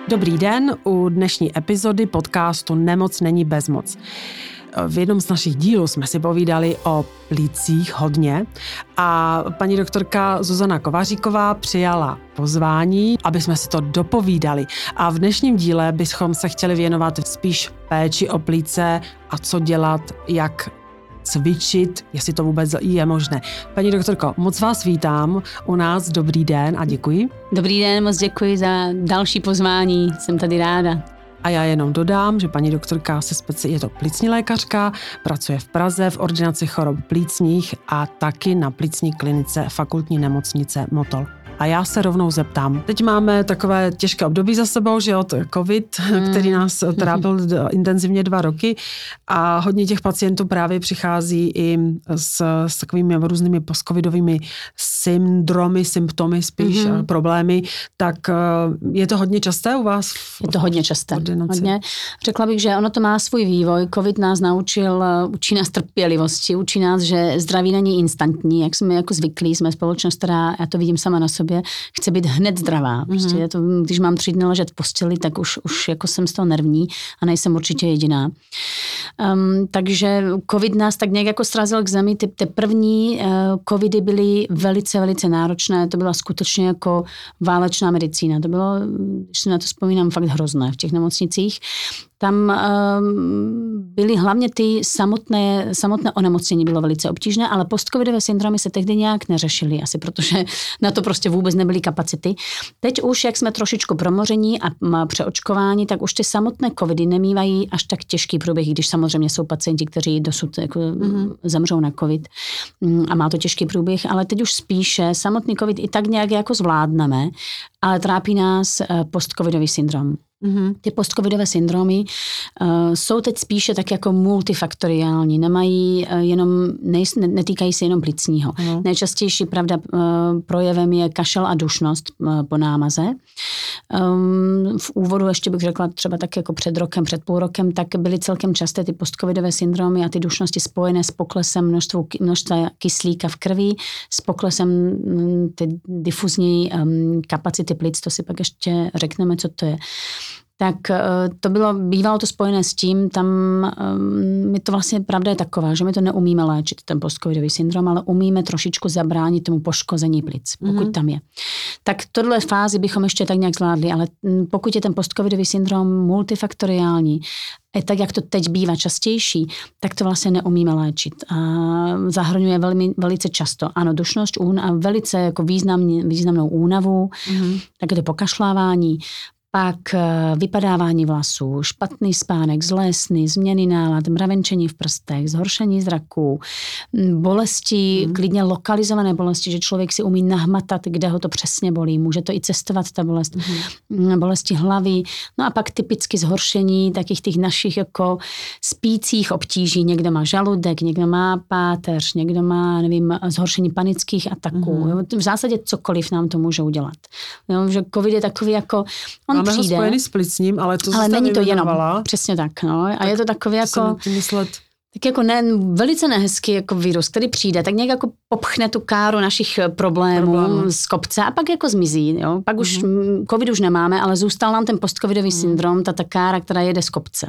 Dobrý den, u dnešní epizody podcastu Nemoc není bezmoc. V jednom z našich dílů jsme si povídali o plicích hodně a paní doktorka Zuzana Kovaříková přijala pozvání, aby jsme si to dopovídali. A v dnešním díle bychom se chtěli věnovat spíš péči o plíce a co dělat, jak cvičit, jestli to vůbec je možné. Paní doktorko, moc vás vítám u nás, dobrý den a děkuji. Dobrý den, moc děkuji za další pozvání, jsem tady ráda. A já jenom dodám, že paní doktorka je to plicní lékařka, pracuje v Praze v ordinaci chorob plícních a taky na plicní klinice fakultní nemocnice Motol. A já se rovnou zeptám. Teď máme takové těžké období za sebou, že od covid, který nás trápil intenzivně 2 roky a hodně těch pacientů právě přichází i s takovými různými postcovidovými symptomy spíš, problémy. Tak je to hodně časté u vás? Je to hodně časté. Hodně. Řekla bych, že ono to má svůj vývoj. Covid nás učí nás trpělivosti, učí nás, že zdraví není instantní, jak jsme jako zvyklí, jsme společnost, která, já to vidím sama na sobě, chce být hned zdravá. Prostě je to, když mám 3 dny ležet v posteli, tak už jako jsem z toho nervní a nejsem určitě jediná. Takže covid nás tak nějak jako srazil k zemi. Ty první covidy byly velice, velice náročné. To byla skutečně jako válečná medicína. To bylo, když si na to vzpomínám, fakt hrozné v těch nemocnicích. Tam byly hlavně ty samotné onemocnění bylo velice obtížné, ale postcovidové syndromy se tehdy nějak neřešily, asi protože na to prostě vůbec nebyly kapacity. Teď už, jak jsme trošičku promoření a přeočkováni, tak už ty samotné covidy nemývají až tak těžký průběh, když samozřejmě jsou pacienti, kteří dosud jako zemřou na covid a má to těžký průběh, ale teď už spíše samotný covid i tak nějak jako zvládneme, ale trápí nás postcovidový syndrom. Ty postcovidové syndromy jsou teď spíše tak jako multifaktoriální, netýkají se jenom plicního. Nejčastější projevem je kašel a dušnost po námaze. V úvodu ještě bych řekla třeba tak jako před půl rokem, tak byly celkem časté ty postcovidové syndromy a ty dušnosti spojené s poklesem množstva kyslíka v krvi, s poklesem ty difuzní kapacity plic, to si pak ještě řekneme, co to je. Tak bývalo to spojené s tím, tam my to vlastně pravda je taková, že my to neumíme léčit, ten postcovidový syndrom, ale umíme trošičku zabránit tomu poškození plic, pokud tam je. Tak tohle fázi bychom ještě tak nějak zvládli, ale pokud je ten postcovidový syndrom multifaktoriální, tak jak to teď bývá častější, tak to vlastně neumíme léčit. A zahrnuje velice často, ano, dušnost a velice jako významnou únavu, tak je to pokašlávání, pak vypadávání vlasů, špatný spánek, zlé sny, změny nálad, mravenčení v prstech, zhoršení zraku, bolesti, klidně lokalizované bolesti, že člověk si umí nahmatat, kde ho to přesně bolí. Může to i cestovat, ta bolest. Bolesti hlavy. No a pak typicky zhoršení takých těch našich jako spících obtíží. Někdo má žaludek, někdo má páteř, někdo má, zhoršení panických ataků. V zásadě cokoliv nám to může udělat. Že covid je takový jako máme ho spojený s plicním, ale to ale není to jenom, přesně tak, no. A je to takový jako, tak jako velice nehezký jako virus, který přijde, tak nějak jako popchne tu káru našich problémů z kopce a pak jako zmizí, jo. Pak už covid už nemáme, ale zůstal nám ten postcovidový syndrom, ta kára, která jede z kopce.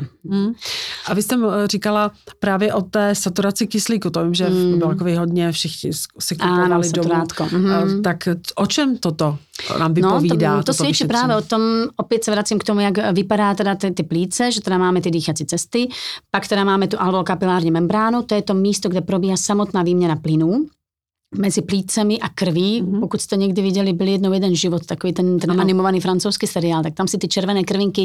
A vy jste říkala právě o té saturaci kyslíku, to vím, že bylo takový hodně, všichni si kupovali domů. Tak o čem toto nám vypovídá? To svědčí právě o tom, opět se vracím k tomu, jak vypadá teda ty plíce, že teda máme ty dýchací cesty, pak teda máme tu alveolokapilární membránu, to je to místo, kde probíhá samotná výměna plynů mezi plícemi a krví. Pokud jste někdy viděli, byl jednou jeden život, takový ten animovaný francouzský seriál, tak tam si ty červené krvinky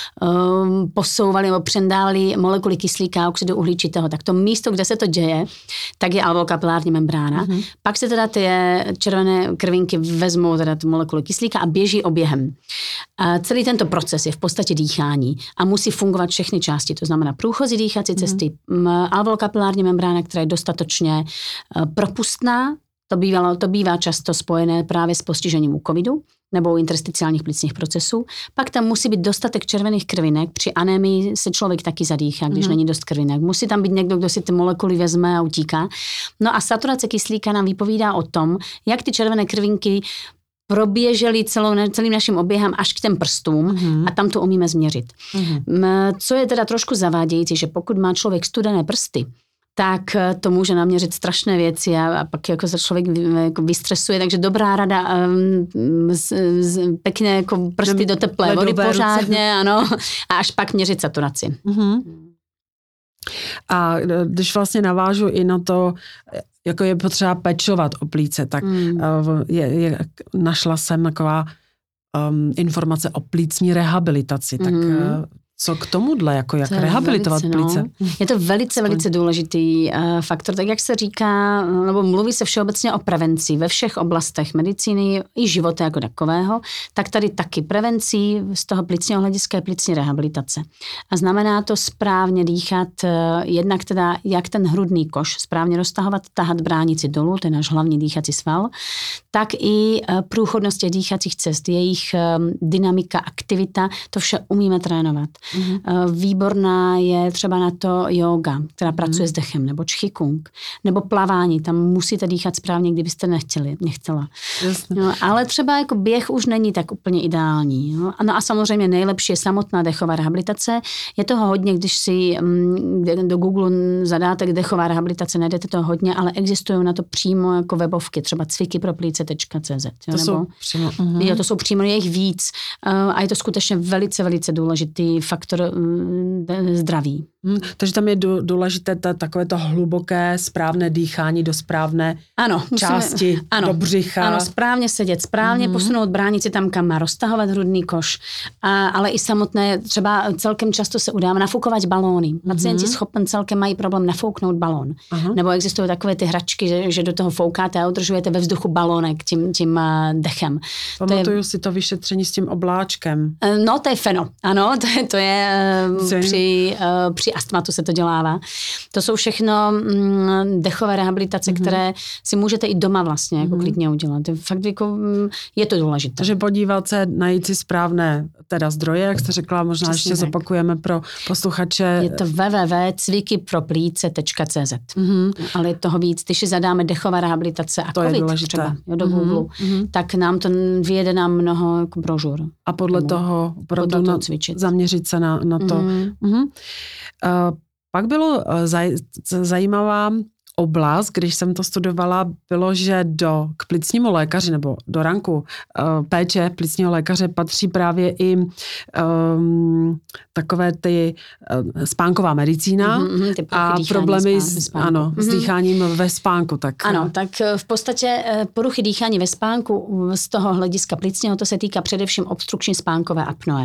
posouvali nebo přendávali molekuly kyslíka a oxidu uhličitého. Tak to místo, kde se to děje, tak je alveolokapilární membrána. Pak se teda ty červené krvinky vezmou teda tu molekulu kyslíka a běží oběhem. A celý tento proces je v podstatě dýchání a musí fungovat všechny části, to znamená průchozí dýchací cesty, alveolokapilární membrána, která je dostatečně propustná. To bývá často spojené právě s postižením u covidu nebo u intersticiálních plicních procesů. Pak tam musí být dostatek červených krvinek. Při anémii se člověk taky zadýchá, když není dost krvinek. Musí tam být někdo, kdo si ty molekuly vezme a utíká. No a saturace kyslíka nám vypovídá o tom, jak ty červené krvinky proběželi celým naším oběhem až k těm prstům a tam to umíme změřit. Co je teda trošku zavádějící, že pokud má člověk studené prsty, tak to může naměřit strašné věci a pak jako se člověk jako vystresuje, takže dobrá rada pěkně jako prsty do teplé vody pořádně, ano, a až pak měřit saturaci. A když vlastně navážu i na to, jako je potřeba pečovat o plíce, tak našla jsem taková informace o plícní rehabilitaci, tak co k tomuhle, jako jak rehabilitovat plíce? Je to velice důležitý faktor. Tak jak se říká, nebo mluví se všeobecně o prevenci ve všech oblastech medicíny i života jako takového, tak tady taky prevencí z toho plicního hlediska je plicní rehabilitace. A znamená to správně dýchat, jednak teda jak ten hrudný koš správně roztahovat, tahat bránici dolů, to je náš hlavní dýchací sval, tak i průchodnost těch dýchacích cest, jejich dynamika, aktivita, to vše umíme trénovat. Výborná je třeba na to yoga, která pracuje s dechem, nebo čchikung, nebo plavání, tam musíte dýchat správně, kdybyste nechtěla. No, ale třeba jako běh už není tak úplně ideální. No a samozřejmě nejlepší je samotná dechová rehabilitace. Je toho hodně, když si do Google zadáte dechová rehabilitace, najdete to hodně, ale existují na to přímo jako webovky, třeba cvikyproplice.cz. To jsou přímo jejich víc a je to skutečně velice důležitý faktor zdraví. Takže tam je důležité takové to hluboké, správné dýchání do správné části, do břicha. Ano, správně sedět, správně posunout bránici tam, kam má, roztahovat hrudný koš, ale i samotné, třeba celkem často se udává nafukovat balóny. Pacienti schopen celkem mají problém nafouknout balón. Nebo existují takové ty hračky, že do toho foukáte a udržujete ve vzduchu balónek tím dechem. Pamatuju si to vyšetření s tím obláčkem. No, to je feno. Ano, to je při astmatu se to dělává. To jsou všechno dechové rehabilitace, které si můžete i doma vlastně jako klidně udělat. Fakt jako je to důležité. Takže podívat se, najít si správné teda zdroje, jak jste řekla, možná přesně ještě zopakujeme pro posluchače. Je to www.cvikyproplice.cz. Ale je toho víc. Když si zadáme dechová rehabilitace a to COVID je důležité. Třeba do Google, tak nám to vyjede nám mnoho jako brožur. A podle toho opravdu zaměřit se na to. Pak bylo zajímavá oblast, když jsem to studovala, bylo, že k plicnímu lékaři nebo do ranku péče plicního lékaře patří právě i takové ty spánková medicína a problémy s dýcháním ve spánku. Tak. Ano, tak v podstatě poruchy dýchání ve spánku z toho hlediska plicního, to se týká především obstrukční spánkové apnoe.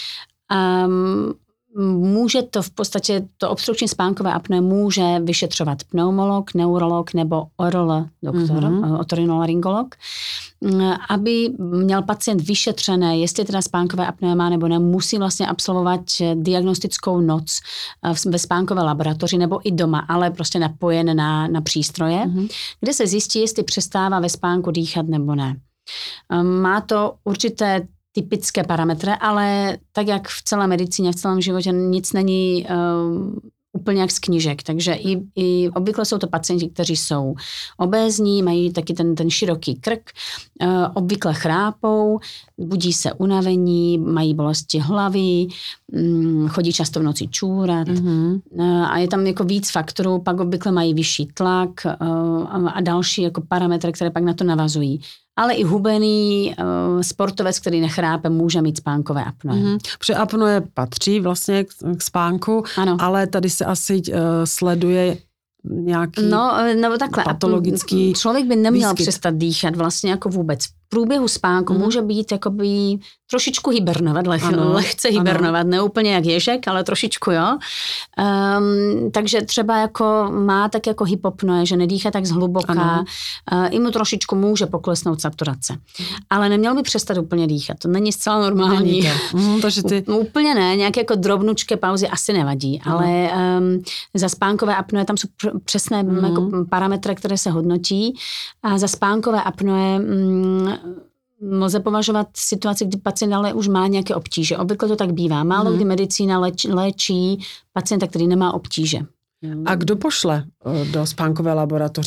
Může to v podstatě, to obstrukční spánkové apnoe může vyšetřovat pneumolog, neurolog nebo ORL doktor, otorinolaryngolog, aby měl pacient vyšetřené, jestli teda spánkové apnoe má nebo ne, musí vlastně absolvovat diagnostickou noc ve spánkové laboratoři nebo i doma, ale prostě napojen na přístroje, kde se zjistí, jestli přestává ve spánku dýchat nebo ne. Má to určité typické parametry, ale tak jak v celé medicíně, v celém životě nic není úplně jak z knížek, takže i obvykle jsou to pacienti, kteří jsou obézní, mají taky ten široký krk, obvykle chrápou, budí se unavení, mají bolesti hlavy, chodí často v noci čůrat a je tam jako víc faktorů, pak obvykle mají vyšší tlak a další jako parametry, které pak na to navazují. Ale i hubený sportovec, který nechrápe, může mít spánkové apnoe. Protože apnoe patří vlastně k spánku, ale tady se asi sleduje nějaký patologický člověk by neměl přestat dýchat vlastně jako vůbec. V průběhu spánku může být jakoby trošičku hibernovat, lehce hibernovat, ne úplně jak ježek, ale trošičku jo. Takže třeba jako má tak jako hypopnoe, že nedýchá tak zhluboka, i mu trošičku může poklesnout saturace. Ale neměl by přestat úplně dýchat, to není zcela normální. Úplně ne, nějaké jako drobnučké pauzy asi nevadí, ale za spánkové apnoe tam jsou přesné jako parametry, které se hodnotí a za spánkové apnoe lze považovat situaci, kdy pacient ale už má nějaké obtíže. Obvykle to tak bývá. Málo kdy medicína léčí pacienta, který nemá obtíže. A kdo pošle do spánkové laboratoře?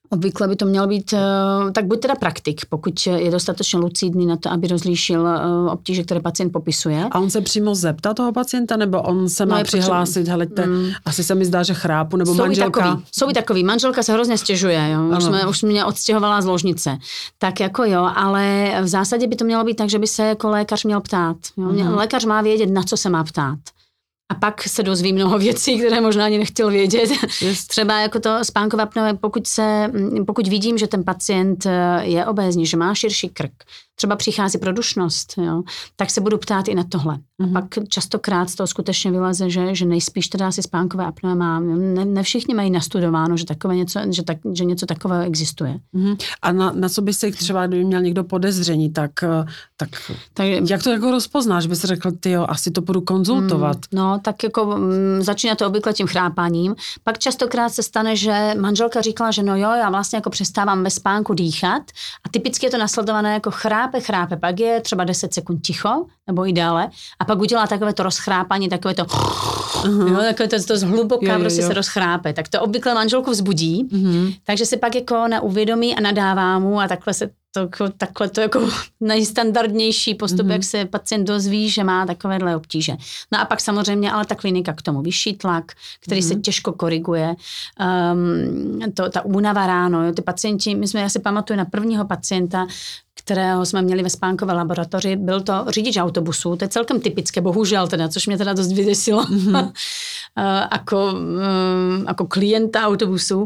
Obvykle by to mělo být, tak buď teda praktik, pokud je dostatečně lucidní na to, aby rozlíšil obtíže, které pacient popisuje. A on se přímo zeptá toho pacienta, nebo on se má přihlásit, heleďte, asi se mi zdá, že chrápu, nebo manželka? Jsou i takový, manželka se hrozně stěžuje, jo? Už mě odstěhovala z ložnice. Tak jako jo, ale v zásadě by to mělo být tak, že by se jako lékař měl ptát. Jo? Lékař má vědět, na co se má ptát. A pak se dozví mnoho věcí, které možná ani nechtěl vědět. Třeba jako to spánkové apnoe, pokud vidím, že ten pacient je obézní, že má širší krk, třeba přichází produšnost, jo, tak se budu ptát i na tohle. A pak častokrát z toho skutečně vyleze, že nejspíš teda asi spánkové apnoe mám. Ne všichni mají nastudováno, že něco takového existuje. A na co by se třeba, kdyby měl někdo podezření, tak jak to jako rozpoznáš, by se řekl, tyjo, asi to budu konzultovat. No, tak jako začíná to obvykle tím chrápaním. Pak častokrát se stane, že manželka říkala, že no jo, já vlastně jako přestávám ve spánku dýchat a typicky je to nasledované jako chrápe, pak je třeba 10 sekund ticho, nebo i dále, a pak udělá takové to rozchrápání, takové to, takové to zhluboká, prostě se rozchrápe. Tak to obvykle manželku vzbudí, takže se pak jako neuvědomí a nadává mu a takhle to jako nejstandardnější postup, jak se pacient dozví, že má takovéhle obtíže. No a pak samozřejmě, ale ta klinika k tomu vyšší tlak, který se těžko koriguje, ta únava ráno, jo, ty pacienti, já si pamatuju na prvního pacienta, kterého jsme měli ve spánkové laboratoři, byl to řidič autobusu, to je celkem typické, bohužel teda, což mě teda dost vyděsilo, jako klienta autobusu,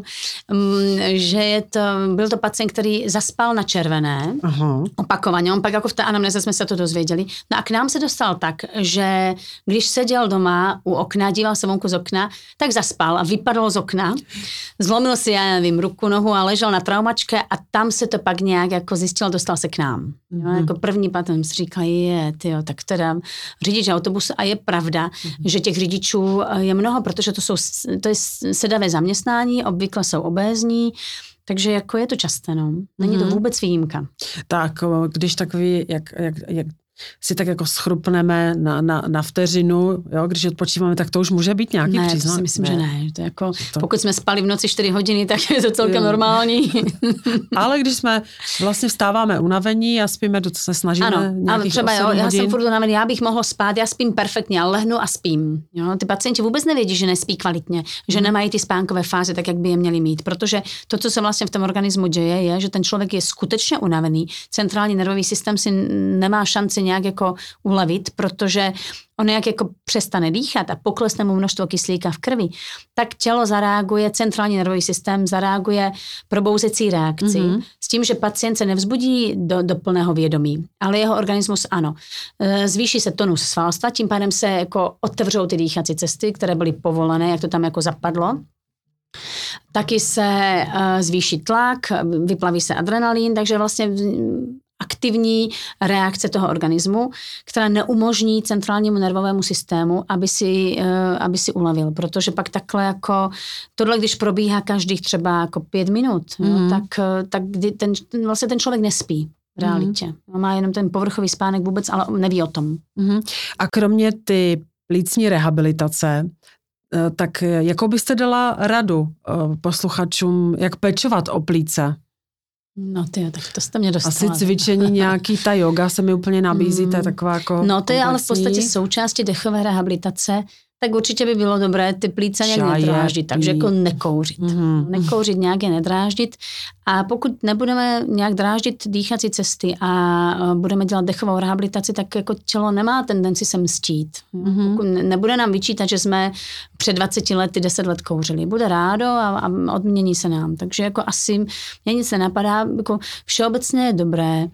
že byl to pacient, který zaspal na červené, opakovaně, on pak jako v té anamnéze jsme se to dozvěděli, no a k nám se dostal tak, že když seděl doma u okna, díval se vonku z okna, tak zaspal a vypadl z okna, zlomil si, já nevím, ruku, nohu a ležel na traumačce a tam se to pak nějak jako zjistil, dostal se k nám. Jo, jako první potom si říkal, tak teda řidič autobusu a je pravda, že těch řidičů je mnoho, protože to je sedavé zaměstnání, obvykle jsou obézní, takže jako je to časté, no. Není to vůbec výjimka. Tak, když takový, jak si tak jako schrupneme na vteřinu, jo, když odpočíváme, tak to už může být nějaký příznak? Ne, to si myslím, že ne. To jako, pokud jsme spali v noci 4 hodiny, tak je to celkem normální. Ale když jsme vlastně vstáváme unavení a spíme, se snažíme nějakých třeba 8 hodin. Já jsem furt unavený, já bych mohla spát, já spím perfektně, ale lehnu a spím. Jo? Ty pacienti vůbec nevědí, že nespí kvalitně, že nemají ty spánkové fáze tak, jak by je měli mít, protože to, co se vlastně v tom organismu děje, je, že ten člověk je skutečně unavený. Centrální nervový systém si nemá šanci nějak jako ulevit, protože on nějak jako přestane dýchat a poklesne mu množstvo kyslíka v krvi, tak tělo zareaguje, centrální nervový systém zareaguje probouzecí reakci s tím, že pacient se nevzbudí do plného vědomí, ale jeho organismus ano. Zvýší se tonus svalstva, tím pádem se jako otevřou ty dýchací cesty, které byly povolené, jak to tam jako zapadlo. Taky se zvýší tlak, vyplaví se adrenalin, takže vlastně aktivní reakce toho organismu, která neumožní centrálnímu nervovému systému, aby si ulevil, protože pak takhle jako tohle, když probíhá každých třeba jako 5 minut, tak vlastně ten člověk nespí v realitě. Má jenom ten povrchový spánek vůbec, ale neví o tom. A kromě ty plicní rehabilitace, tak jakou byste dala radu posluchačům, jak pečovat o plíce? No tak to jste mě dostala. Asi cvičení nějaký, ta yoga se mi úplně nabízí, to je taková jako no to je ale v podstatě součástí dechové rehabilitace, tak určitě by bylo dobré ty plíce nějak nedráždit, takže jako nekouřit. Nekouřit, nějak je nedráždit a pokud nebudeme nějak dráždit dýchací cesty a budeme dělat dechovou rehabilitaci, tak jako tělo nemá tendenci se mstít. Pokud nebude nám vyčítat, že jsme před 20 lety 10 let kouřili. Bude rádo a odmění se nám. Takže jako asi mě nic nenapadá. Jako všeobecně je dobré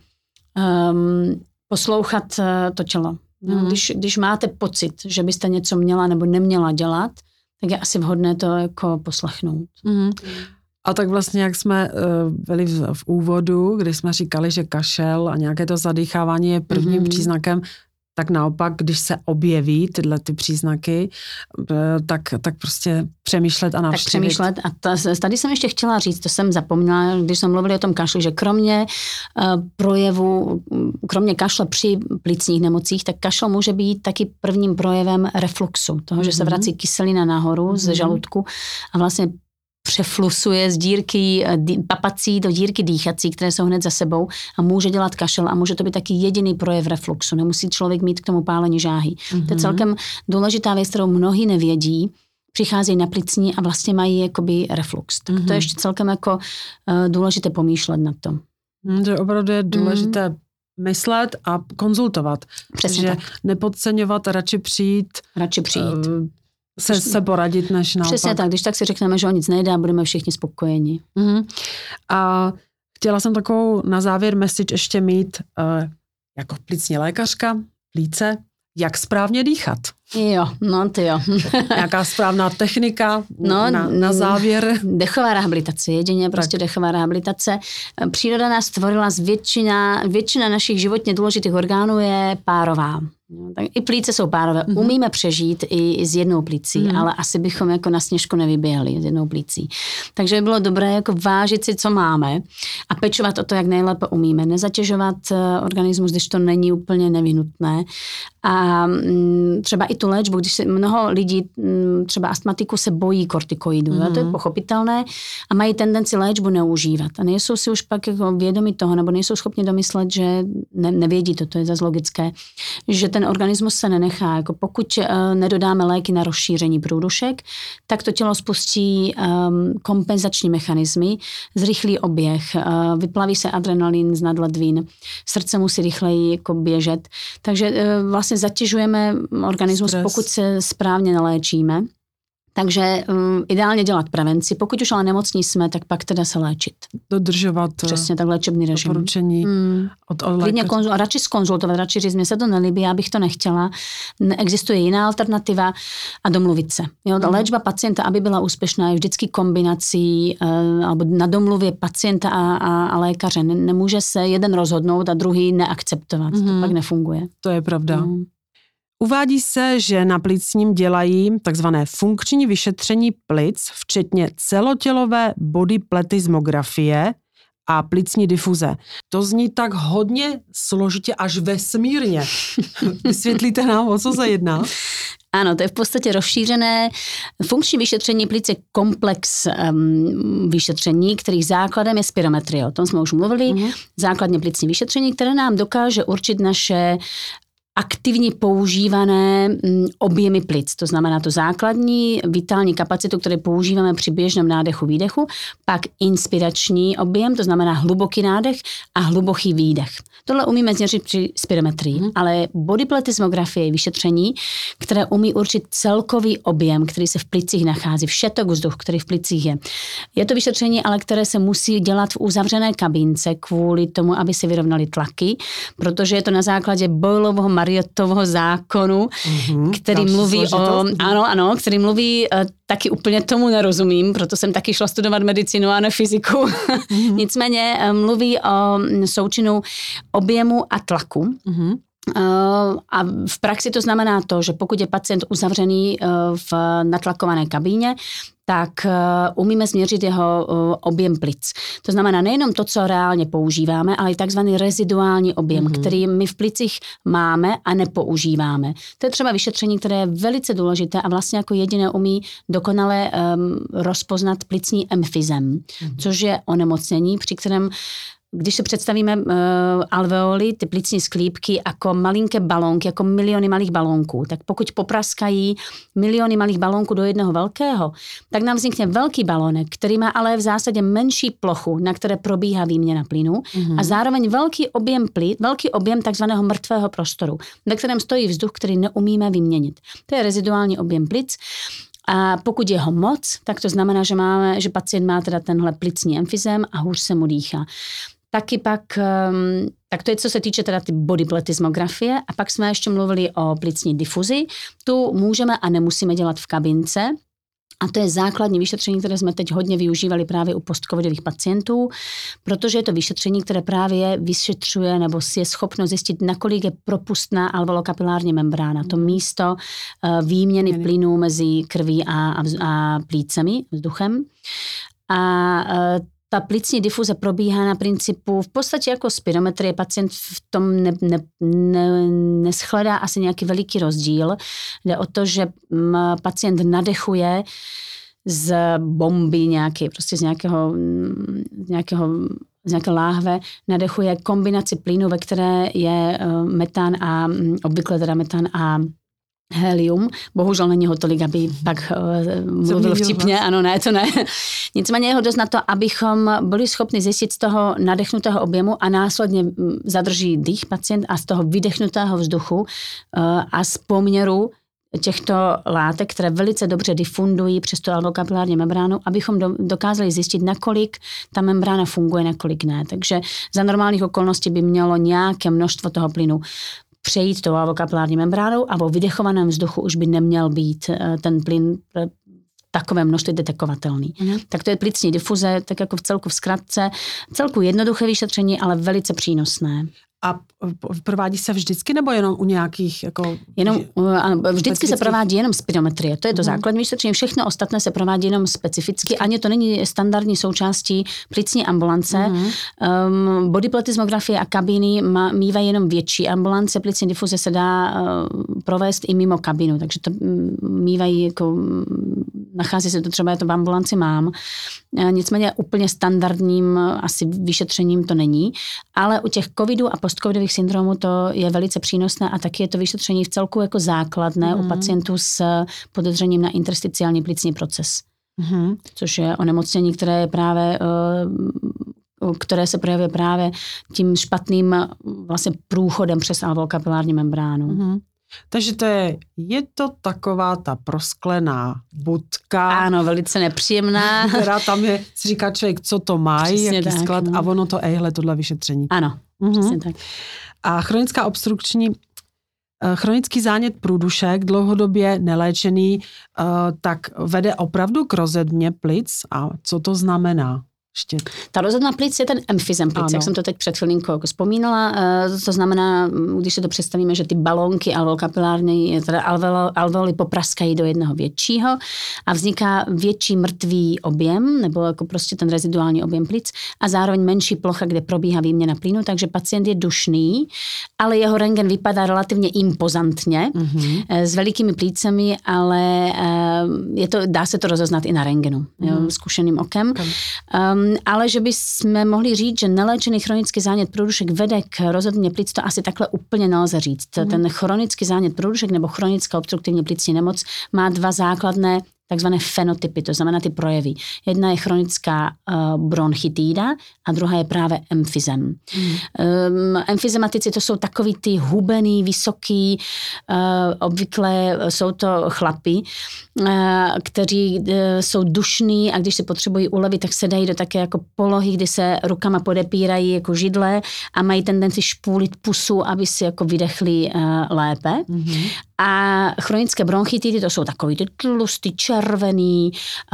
poslouchat to tělo. Když máte pocit, že byste něco měla nebo neměla dělat, tak je asi vhodné to jako poslechnout. A tak vlastně, jak jsme byli v úvodu, kdy jsme říkali, že kašel a nějaké to zadýchávání je prvním příznakem, tak naopak, když se objeví tyhle ty příznaky, tak prostě přemýšlet a navštívit. Tak přemýšlet a tady jsem ještě chtěla říct, to jsem zapomněla, když jsme mluvili o tom kašli, že kromě projevu, kromě kašle při plicních nemocích, tak kašel může být taky prvním projevem refluxu, toho, že se vrací kyselina nahoru z žaludku a vlastně přeflusuje z dírky papací do dírky dýchací, které jsou hned za sebou a může dělat kašel a může to být taky jediný projev refluxu. Nemusí člověk mít k tomu pálení žáhy. To je celkem důležitá věc, kterou mnohí nevědí. Přicházejí na plicní a vlastně mají jakoby reflux. Tak to je ještě celkem jako důležité pomýšlet na to. Že opravdu je důležité myslet a konzultovat. Přesně že tak. Nepodceňovat, radši přijít. Se poradit, než naopak. Přesně tak, když tak si řekneme, že o nic nejde a budeme všichni spokojeni. A chtěla jsem takovou na závěr message ještě mít jako plicní lékařka, plíce, jak správně dýchat. Jo, no ty jo. Jaká správná technika na závěr? Dechová rehabilitace, jedině prostě dechová rehabilitace. Příroda nás stvorila většina našich životně důležitých orgánů je párová. Tak i plíce jsou párové. Umíme přežít i s jednou plící, ale asi bychom jako na Sněžku nevyběhli s jednou plící. Takže by bylo dobré jako vážit si, co máme a pečovat o to, jak nejlépe umíme. Nezatěžovat organismus, když to není úplně nevyhnutné. A třeba i tu léčbu, když se mnoho lidí, třeba astmatiků, se bojí kortikoidů. To je pochopitelné a mají tendenci léčbu neužívat. A nejsou si už pak jako vědomi toho, nebo nejsou schopni domyslet, že nevědí to je zase logické, že ten organismus se nenechá. Jako pokud nedodáme léky na rozšíření průdušek, tak to tělo spustí kompenzační mechanismy, zrychlí oběh, vyplaví se adrenalin z nadledvin, srdce musí rychleji jako běžet. Takže vlastně zatěžujeme organismus, pokud se správně naléčíme. Takže ideálně dělat prevenci. Pokud už ale nemocní jsme, tak pak teda se léčit. Dodržovat přesně tak léčebný režim. Doporučení od lékaře. Radši zkonzultovat, radši říct, mně se to nelíbí, já bych to nechtěla. Existuje jiná alternativa a domluvit se. Léčba pacienta, aby byla úspěšná, je vždycky kombinací alebo na domluvě pacienta a lékaře. Nemůže se jeden rozhodnout a druhý neakceptovat. To pak nefunguje. To je pravda. Uvádí se, že na plicním dělají takzvané funkční vyšetření plic, včetně celotělové body pletismografie a plicní difuze. To zní tak hodně složitě až vesmírně. Vysvětlíte nám, o co se jedná? Ano, to je v podstatě rozšířené funkční vyšetření plic je komplex vyšetření, kterých základem je spirometrie. O tom jsme už mluvili. Základně plicní vyšetření, které nám dokáže určit naše aktivně používané objemy plic. To znamená to základní vitální kapacitu, které používáme při běžném nádechu, výdechu, pak inspirační objem, to znamená hluboký nádech a hluboký výdech. Tohle umíme změřit při spirometrii, ale body pletismografie je vyšetření, které umí určit celkový objem, který se v plicích nachází, všetok vzduch, který v plicích je. Je to vyšetření, ale které se musí dělat v uzavřené kabince kvůli tomu, aby se vyrovnaly tlaky, protože je to na základě Boyleovho Mariotovho zákonu, který mluví který mluví taky úplně tomu nerozumím, proto jsem taky šla studovat medicínu a ne fyziku. Nicméně mluví o součinu objemu a tlaku. A v praxi to znamená to, že pokud je pacient uzavřený v natlakované kabíně, tak umíme změřit jeho objem plic. To znamená nejenom to, co reálně používáme, ale i takzvaný reziduální objem, který my v plicích máme a nepoužíváme. To je třeba vyšetření, které je velice důležité a vlastně jako jediné umí dokonale rozpoznat plicní emfyzem, což je onemocnění, při kterém když si představíme alveoly, ty plicní sklípky jako malinké balónky, jako miliony malých balónků, tak pokud popraskají miliony malých balónků do jednoho velkého, tak nám vznikne velký balónek, který má ale v zásadě menší plochu, na které probíhá výměna plynu a zároveň velký objem takzvaného mrtvého prostoru, ve kterém stojí vzduch, který neumíme vyměnit. To je reziduální objem plic. A pokud je ho moc, tak to znamená, že pacient má teda tenhle plicní emfyzem a hůř se mu dýchá. Taky pak, tak to je, co se týče teda ty body pletismografie a pak jsme ještě mluvili o plicní difuzi. Tu můžeme a nemusíme dělat v kabince. A to je základní vyšetření, které jsme teď hodně využívali právě u postcovidových pacientů, protože je to vyšetření, které právě vyšetřuje nebo je schopno zjistit, nakolik je propustná alveolokapilární membrána, to místo výměny plynů mezi krví a plícemi, vzduchem. A ta plicní difuze probíhá na principu v podstatě jako spirometrie. Pacient v tom neschledá asi nějaký veliký rozdíl. Jde o to, že pacient nadechuje z bomby nějaké, prostě z nějaké láhve nadechuje kombinaci plynu, ve které je metán a obvykle teda metán a helium. Bohužel není ho tolik, aby pak mluvil vtipně. Ano, ne, to ne. Nicméně je ho dost na to, abychom byli schopni zjistit z toho nadechnutého objemu a následně zadrží dých pacient a z toho vydechnutého vzduchu a z poměru těchto látek, které velice dobře difundují přes tu alveolokapilární membránu, abychom dokázali zjistit, nakolik ta membrána funguje, nakolik ne. Takže za normálních okolností by mělo nějaké množstvo toho plynu přejít tou alveolokapilární membránou a po vydechovaném vzduchu už by neměl být ten plyn takové množství detekovatelný. Tak to je plicní difuze, tak jako v zkratce, celku jednoduché vyšetření, ale velice přínosné. A provádí se vždycky, nebo jenom u nějakých jako... Vždycky se provádí jenom spirometrie. To je to základní vyšetření. Všechno ostatné se provádí jenom specificky. Ani to není standardní součástí plicní ambulance. Bodyplethysmografie a kabiny mývají jenom větší ambulance. Plicní difuze se dá provést i mimo kabinu. Takže to mývají jako... Nachází se to třeba, já to v ambulanci mám. Nicméně úplně standardním asi vyšetřením to není. Ale u těch covidů a postcovidových syndromů to je velice přínosné a taky je to vyšetření v celku jako základné u pacientů s podezřením na intersticiální plicní proces. Což je onemocnění, které se projevuje právě tím špatným vlastně průchodem přes alveolokapilární membránu. Takže je to taková ta prosklená budka. Ano, velice nepříjemná. Která tam je, si říká člověk, co to má, jaký tak, sklad a ono to, tohle vyšetření. Ano, přesně tak. A chronický zánět průdušek, dlouhodobě neléčený, tak vede opravdu k rozedmě plic. A co to znamená? Ta rozhodná plic je ten emfyzem plic, jak jsem to teď před chvilinkou vzpomínala. To znamená, když si to představíme, že ty balónky alveolokapilární, teda alveoly popraskají do jednoho většího a vzniká větší mrtvý objem, nebo jako prostě ten reziduální objem plic a zároveň menší plocha, kde probíhá výměna plynu, takže pacient je dušný, ale jeho rentgen vypadá relativně impozantně, s velikými plícemi, ale dá se to rozeznat i na rentgenu, zkušeným okem. Ale že bychom mohli říct, že neléčený chronický zánět průdušek vede k rozedmě plic, to asi takhle úplně nelze říct. Ten chronický zánět průdušek nebo chronická obstruktivní plicní nemoc má dva základné takzvané fenotypy, to znamená ty projevy. Jedna je chronická bronchitída a druhá je právě emfyzem. Emfyzematici to jsou takový ty hubený, vysoký, obvykle jsou to chlapi, kteří jsou dušní a když se potřebují ulevit, tak se dají do také jako polohy, kdy se rukama podepírají jako židle a mají tendenci špůlit pusu, aby si jako vydechli lépe. A chronické bronchitidy, to jsou takový ty tlustý, červený,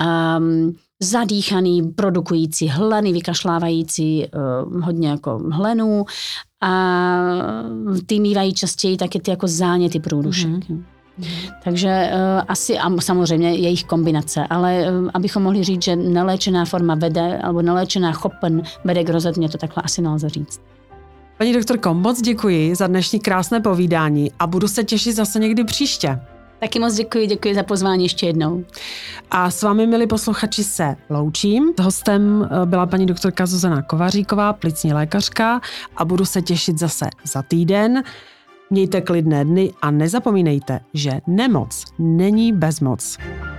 zadýchaný, produkující hleny, vykašlávající hodně jako hlenů a ty mývají častěji taky ty jako záněty průdušek. Takže asi, a samozřejmě jejich kombinace, ale abychom mohli říct, že neléčená forma vede, alebo neléčená chopen vede k rozedmě, to takhle asi nelze říct. Paní doktorko, moc děkuji za dnešní krásné povídání a budu se těšit zase někdy příště. Taky moc děkuji za pozvání ještě jednou. A s vámi, milí posluchači, se loučím. Hostem byla paní doktorka Zuzana Kovaříková, plicní lékařka a budu se těšit zase za týden. Mějte klidné dny a nezapomínejte, že nemoc není bezmoc.